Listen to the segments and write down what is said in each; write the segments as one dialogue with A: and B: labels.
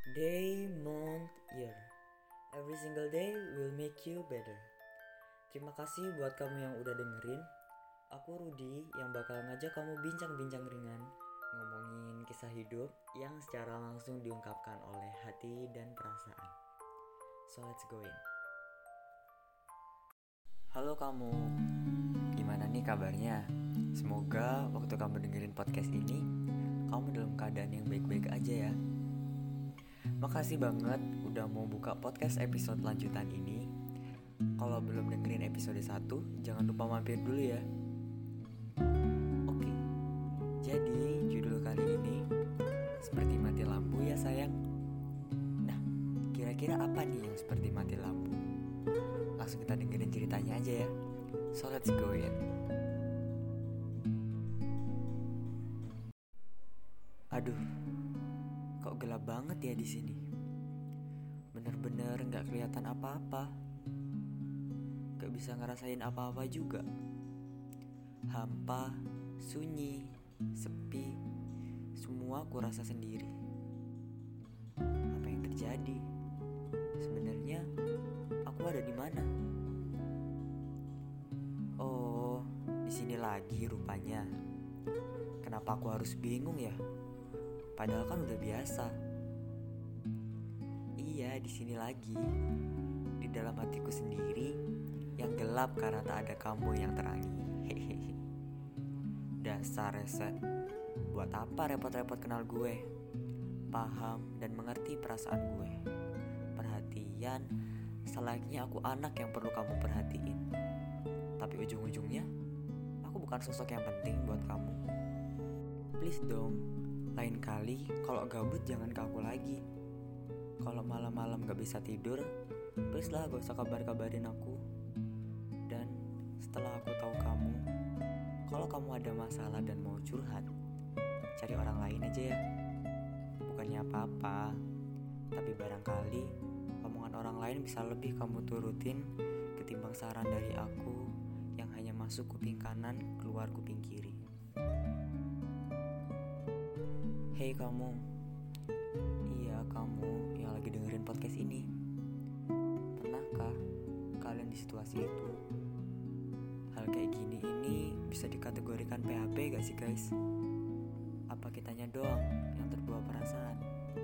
A: Day, month, year. Every single day will make you better. Terima kasih buat kamu yang udah dengerin. Aku Rudi yang bakal ngajak kamu bincang-bincang ringan, ngomongin kisah hidup yang secara langsung diungkapkan oleh hati dan perasaan. So let's go in. Halo kamu, gimana nih kabarnya? Semoga waktu kamu dengerin podcast ini, kamu dalam keadaan yang baik-baik aja ya. Makasih banget udah mau buka podcast episode lanjutan ini. Kalau belum dengerin episode 1, jangan lupa mampir dulu ya. Oke, jadi judul kali ini seperti mati lampu ya sayang. Nah, kira-kira apa nih yang seperti mati lampu? Langsung kita dengerin ceritanya aja ya. So let's go in. Aduh, kok gelap banget ya di sini. Bener-bener nggak kelihatan apa-apa. Gak bisa ngerasain apa-apa juga. Hampa, sunyi, sepi, semua aku rasa sendiri. Apa yang terjadi? Sebenarnya aku ada di mana? Oh, di sini lagi rupanya. Kenapa aku harus bingung ya? Padahal kan udah biasa. Iya, di sini lagi. Di dalam hatiku sendiri yang gelap karena tak ada kamu yang terangi. Hehehe. Dasar reset. Buat apa repot-repot kenal gue? Paham dan mengerti perasaan gue. Perhatian, selayaknya aku anak yang perlu kamu perhatiin. Tapi ujung-ujungnya, aku bukan sosok yang penting buat kamu. Please dong, lain kali kalau gabut jangan ke aku lagi. Kalau malam-malam gak bisa tidur, please lah gak usah kabar-kabarin aku. Dan setelah aku tahu kamu, kalau kamu ada masalah dan mau curhat, cari orang lain aja ya. Bukannya apa-apa, tapi barangkali omongan orang lain bisa lebih kamu turutin ketimbang saran dari aku yang hanya masuk kuping kanan, keluar kuping kiri. Hey kamu, iya kamu yang lagi dengerin podcast ini. Pernahkah kalian di situasi itu? Hal kayak gini ini bisa dikategorikan PHP gak sih guys? Apa kitanya doang yang terbawa perasaan?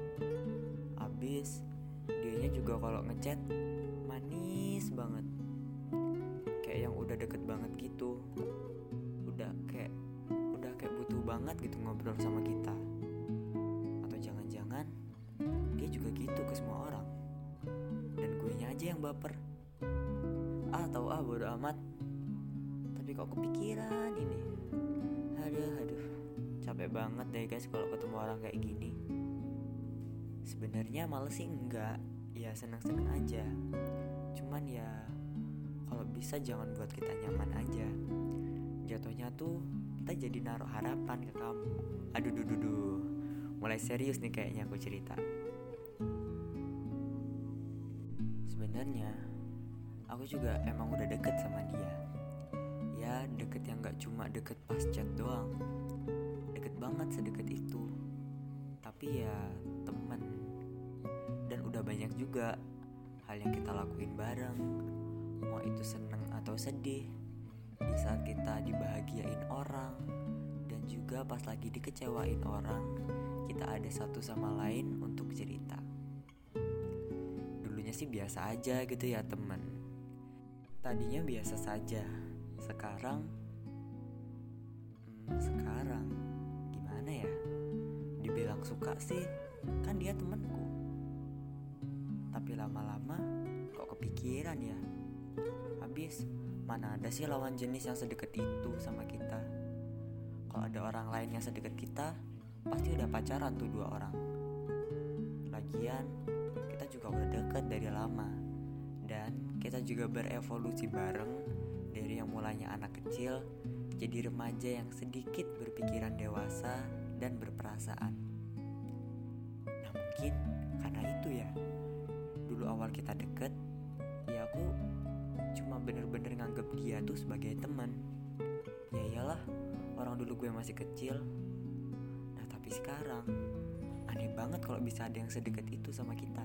A: Abis dianya juga kalau ngechat manis banget, kayak yang udah deket banget gitu. Udah kayak butuh banget gitu ngobrol sama kita. Atau jangan-jangan dia juga gitu ke semua orang, dan guenya aja yang baper. Tahu bodo amat. Tapi kok kepikiran ini. Aduh, capek banget deh guys kalau ketemu orang kayak gini. Sebenarnya males sih enggak, ya senang-senang aja. Cuman ya kalau bisa jangan buat kita nyaman aja. Jatuhnya tuh kita jadi naruh harapan ke kamu. Aduh, mulai serius nih kayaknya aku cerita. Sebenarnya aku juga emang udah deket sama dia. Ya deket yang gak cuma deket pas chat doang. Deket banget, sedekat itu. Tapi ya temen. Dan udah banyak juga hal yang kita lakuin bareng. Mau itu seneng atau sedih, di saat kita dibahagiain orang, dan juga pas lagi dikecewain orang, kita ada satu sama lain untuk cerita. Dulunya sih biasa aja gitu ya temen. Tadinya biasa saja. Sekarang gimana ya? Dibilang suka sih, kan dia temenku. Tapi lama-lama kok kepikiran ya. Habis mana ada sih lawan jenis yang sedekat itu sama kita. Kalau ada orang lain yang sedekat kita, pasti udah pacaran tuh 2 orang. Lagian kita juga udah deket dari lama. Dan kita juga berevolusi bareng. Dari yang mulanya anak kecil jadi remaja yang sedikit berpikiran dewasa dan berperasaan. Nah mungkin karena itu ya, dulu awal kita deket, ya aku cuma bener-bener nganggep dia tuh sebagai teman. Ya iyalah, orang dulu gue masih kecil. Nah tapi sekarang Aneh banget kalau bisa ada yang sedekat itu sama kita.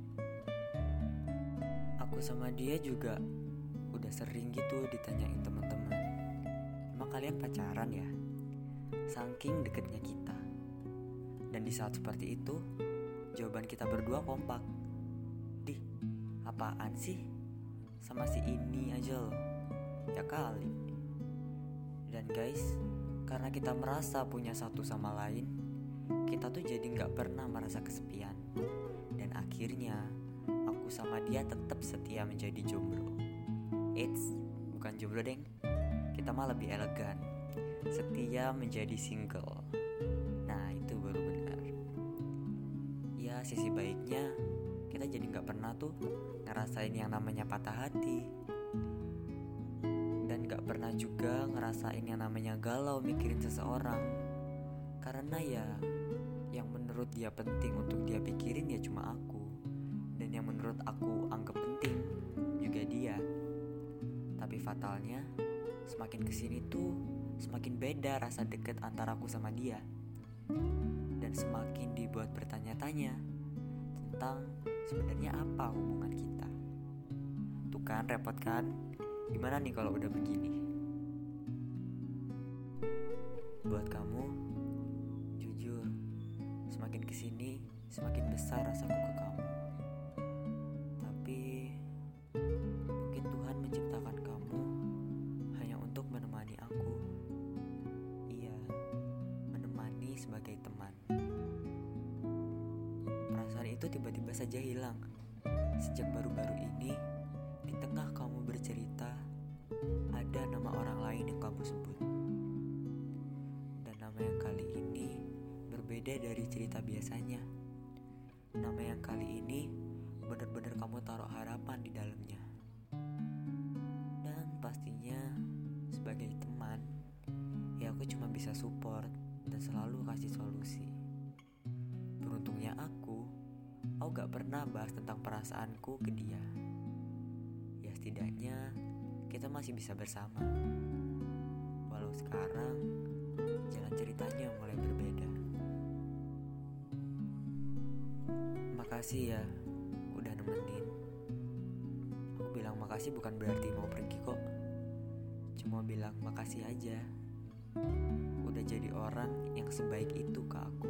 A: Aku sama dia juga udah sering gitu ditanyain teman-teman, emang kalian pacaran ya? Saking deketnya kita. Dan di saat seperti itu, jawaban kita berdua kompak. Dih, apaan sih? Sama si ini aja loh. Ya kali. Dan guys, karena kita merasa punya satu sama lain, kita tuh jadi gak pernah merasa kesepian. Dan akhirnya, aku sama dia tetap setia menjadi jomblo. Eits, bukan jomblo deng. Kita mah lebih elegan. Setia menjadi single. Nah, itu baru benar. Ya, sisi baiknya kita jadi gak pernah tuh ngerasain yang namanya patah hati. Dan gak pernah juga ngerasain yang namanya galau mikirin seseorang. Karena ya, yang menurut dia penting untuk dia pikirin ya cuma aku. Dan yang menurut aku anggap penting juga dia. Tapi fatalnya, semakin kesini tuh semakin beda rasa deket antara aku sama dia. Dan semakin dibuat bertanya-tanya tentang sebenarnya apa hubungan kita. Tuh kan repot kan? Gimana nih kalau udah begini? Buat kamu, jujur, semakin kesini semakin besar rasaku ke kamu. Tapi mungkin Tuhan menciptakan kamu hanya untuk menemani aku. Iya, menemani sebagai teman. Perasaan itu tiba-tiba saja hilang sejak baru-baru ini. Di tengah kamu bercerita, ada nama orang lain yang kamu sebut. Dan nama yang kali ini berbeda dari cerita biasanya. Nama yang kali ini benar-benar kamu taruh harapan di dalamnya. Dan pastinya sebagai teman, ya aku cuma bisa support dan selalu kasih solusi. Beruntungnya aku gak pernah bahas tentang perasaanku ke dia. Ya setidaknya kita masih bisa bersama. Walau sekarang jalan ceritanya mulai berbeda. Makasih ya udah nemenin. Aku bilang makasih bukan berarti mau pergi kok. Cuma bilang makasih aja. Udah jadi orang yang sebaik itu ke aku.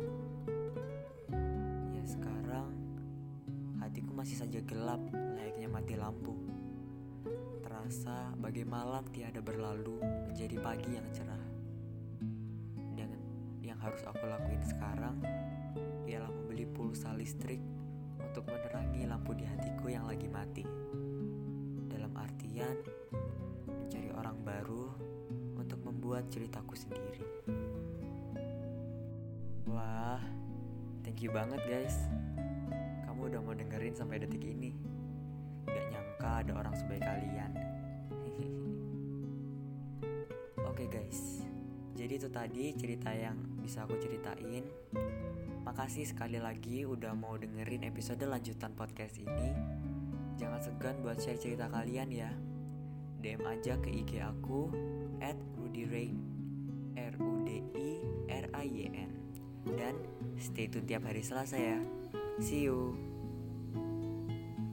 A: Ya sekarang hatiku masih saja gelap layaknya mati lampu. Terasa bagai malam tiada berlalu menjadi pagi yang cerah. Dan yang harus aku lakuin sekarang ialah membeli pulsa listrik untuk menerangi lampu di hatiku yang lagi mati. Dalam artian mencari orang baru untuk membuat ceritaku sendiri. Wah, thank you banget guys. Kamu udah mau dengerin sampai detik ini. Gak nyangka ada orang sebaik kalian. Oke guys, jadi itu tadi cerita yang bisa aku ceritain. Makasih sekali lagi udah mau dengerin episode lanjutan podcast ini. Jangan segan buat share cerita kalian ya. DM aja ke IG aku @rudyrain RUDIRAYN. Dan stay tune tiap hari Selasa ya. See you.